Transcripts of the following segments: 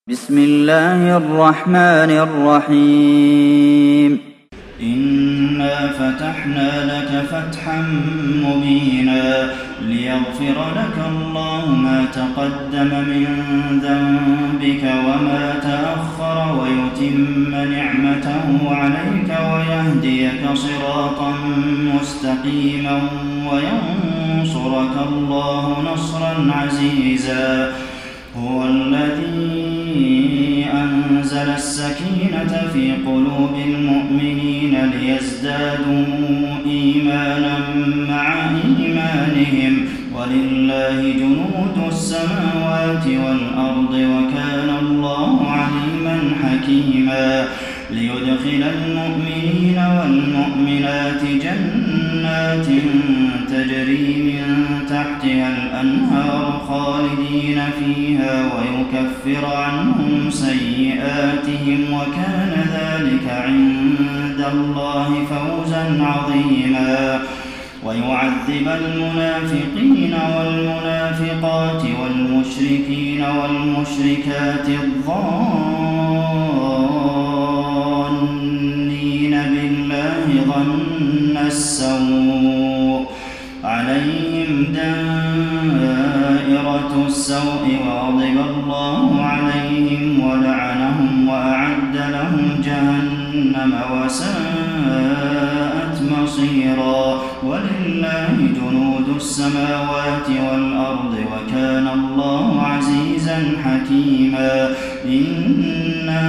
بسم الله الرحمن الرحيم إنا فتحنا لك فتحا مبينا ليغفر لك الله ما تقدم من ذنبك وما تأخر ويتم نعمته عليك ويهديك صراطا مستقيما وينصرك الله نصرا عزيزا هو الذي أنزل السكينة في قلوب المؤمنين ليزدادوا إيمانا مع إيمانهم ولله جنود السماوات والأرض وكان الله عليما حكيما ليدخل المؤمنين والمؤمنات جنات تجري من تحتها الأنهار خالدين فيها ويكفر عنهم سيئاتهم وكان ذلك عند الله فوزا عظيما ويعذب المنافقين والمنافقات والمشركين والمشركات الظانين بالله ظن السوء عليهم دائرة السوء وغضب الله عليهم ولعنهم وأعد لهم جهنم وساءت مصيرا ولله جنود السماوات والأرض وكان الله عزيزا حكيما إنا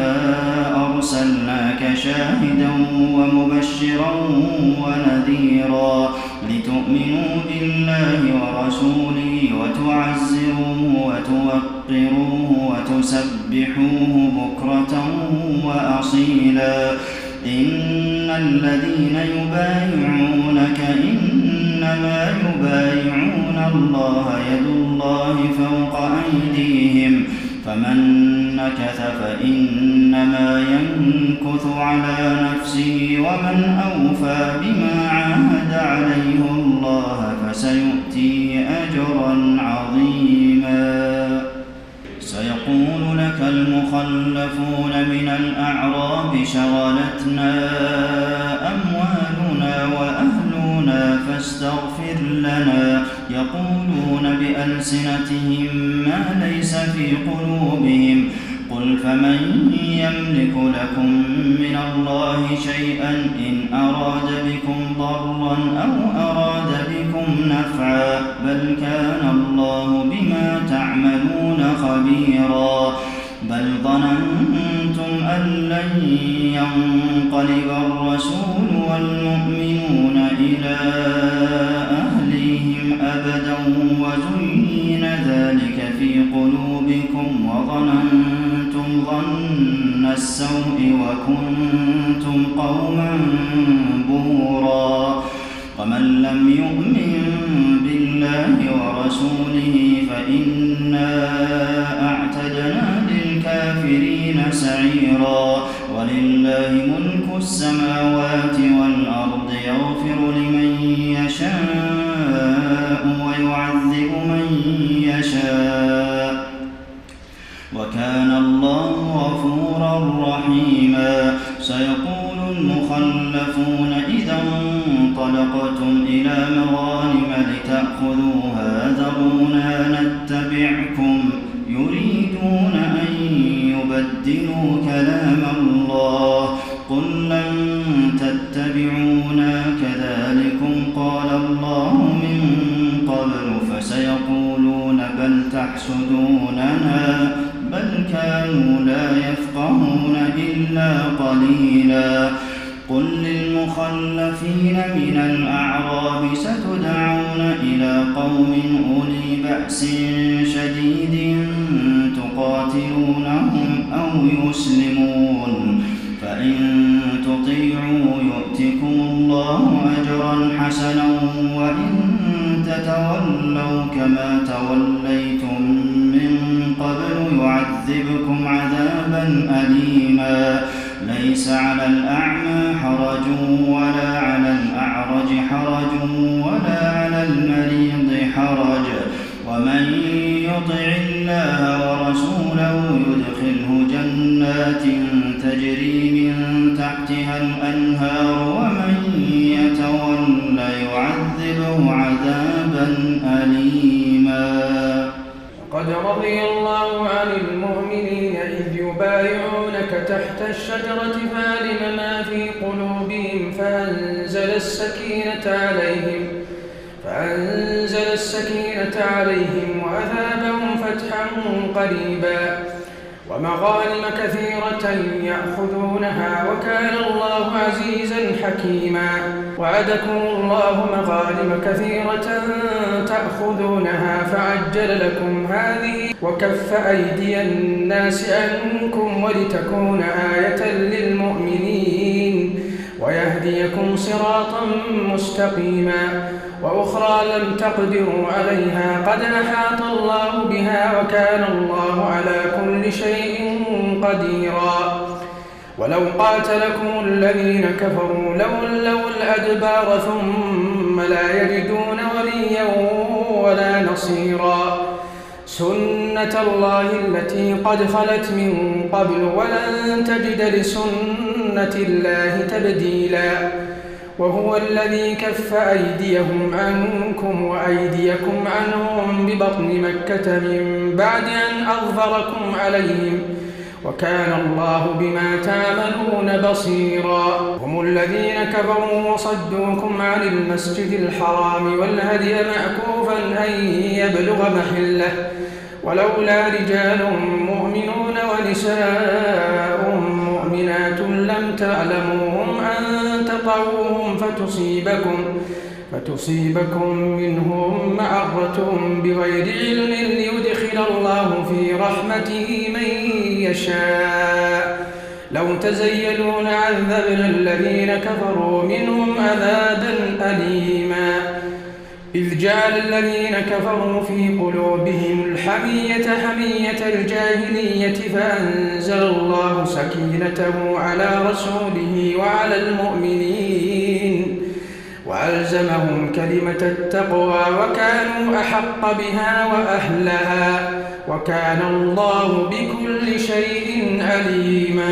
أرسلناك شاهدا ومبشرا ونذيرا لتؤمنوا بالله ورسوله وتعزروه وتوقروه وتسبحوه بكرة وأصيلا إن الذين يبايعونك إنما يبايعون الله يد الله فوق أيديهم فمن نكث فإنما ينكث على نفسه ومن أوفى بما عاهد عليه الله فسيؤتيه أجرا عظيما سيقول لك المخلفون من الأعراب شغلتنا أموالنا وأهلنا فاستغفر لنا يقولون بألسنتهم ما ليس في قلوبهم قل فمن يملك لكم من الله شيئا إن أراد بكم ضرا أو أراد بكم نفعا بل كان الله بما تعملون خبيرا بل ظننتم أن لن ينقلب الرسول والمؤمنون إلى أهليهم أبدا وزين ذلك في قلوبكم وظننتم ظن السوء وكنتم قوما بورا ومن لم يؤمن بالله ورسوله فإنا أعتدنا للكافرين سعيرا ولله ملك السماوات والأرض يغفر لمن يشاء ويعذب من يشاء وكان الله غفورا رحيما سيقول المخلفون إذا انطلقتم إلى مغانم لتأخذوها ذرونا نتبعكم يريدون أن يبدلوا كلام الله قل لن تتبعونا كذلكم قال الله من قبل فسيقولون بل تحسدوننا بل كانوا لا يفقهون إلا قليلا قل للمخلفين من الأعراب ستدعون إلى قوم أولي بأس شديد تقاتلونهم أو يسلمون فإن تطيعوا يؤتكم الله أجرا حسنا وإن تتولوا كما توليتم من قبل يعذبكم عذابا أليما ليس على الأعمى حرج ولا على الأعرج حرج ولا على المريض حرج ومن يطع الله ورسوله يدخله جنات تجري من تحتها الأنهار ومن يتولى يعذبه عذابا أليما. قد رضي الله عن المؤمنين إذ يبايعونك تحت الشجرة فعلم ما في قلوبهم فأنزل السكينة عليهم وأثابهم فتحا قريبا ومغانم كثيرة يأخذونها وكان الله عزيزا حكيما. وعدكم الله مغانم كثيرة تأخذونها فعجل لكم هذه وكف أيدي الناس عنكم ولتكون آية للمؤمنين ويهديكم صراطا مستقيما. وأخرى لم تقدروا عليها قد أحاط الله بها وكان الله على كل شيء قديرا. ولو قاتلكم الذين كفروا لولوا الأدبار ثم لا يجدون وليا ولا نصيرا. سنة الله التي قد خلت من قبل ولن تجد لسنة الله تبديلا. وهو الذي كف أيديهم عنكم وأيديكم عنهم ببطن مكة من بعد أن أظفركم عليهم وكان الله بما تعملون بصيرا. هم الذين كفروا وصدوكم عن المسجد الحرام والهدي معكوفا أن يبلغ محله ولولا رجال مؤمنون ونساء مؤمنات لم تعلموهم أن تطعوهم فتصيبكم منهم معرة بغير علم ليدخل الله في رحمته من يشاء. لو تزيلوا لعذبنا الذين كفروا منهم عذابا أليما. إذ جعل الذين كفروا في قلوبهم الحمية حمية الجاهلية فأنزل الله سكينته على رسوله وعلى المؤمنين وألزمهم كلمة التقوى وكانوا أحق بها وأهلها وكان الله بكل شيء عليما.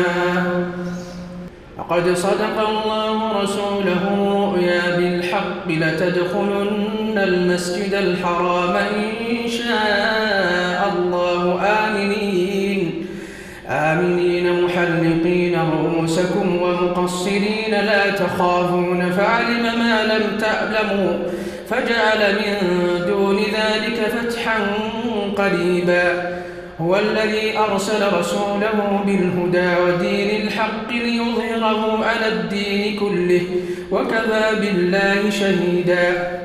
لقد صدق الله رسوله الرؤيا بالحق لتدخلن المسجد الحرام إن شاء الله آمنين محلقين رؤوسكم ومقصرين لا تخافون فعلم ما لم تعلموا فجعل من دون ذلك فتحا قريبا. هو الذي أرسل رسوله بالهدى ودين الحق ليظهره على الدين كله وكفى بالله شهيدا.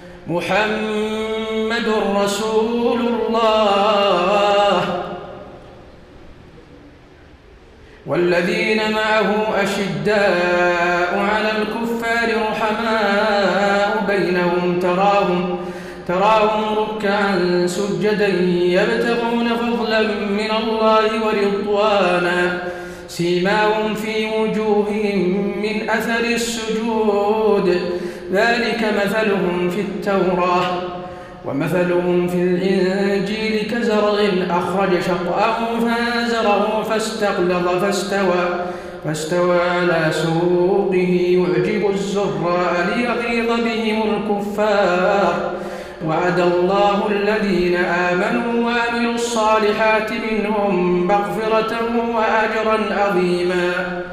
محمد رسول الله والذين معه أشداء على الكفار رحماء بينهم تراهم ركعا سجدا يبتغون فضلا من الله ورضوانا سيماهم في وجوههم من أثر السجود ذلك مثلهم في التوراة ومثلهم في الإنجيل كزرع أخرج شطأه فآزره فاستغلظ فاستوى على سوقه يعجب الزراع ليغيظ بهم الكفار. وعد الله الذين آمنوا وعملوا الصالحات منهم مغفرة وأجرا عظيما.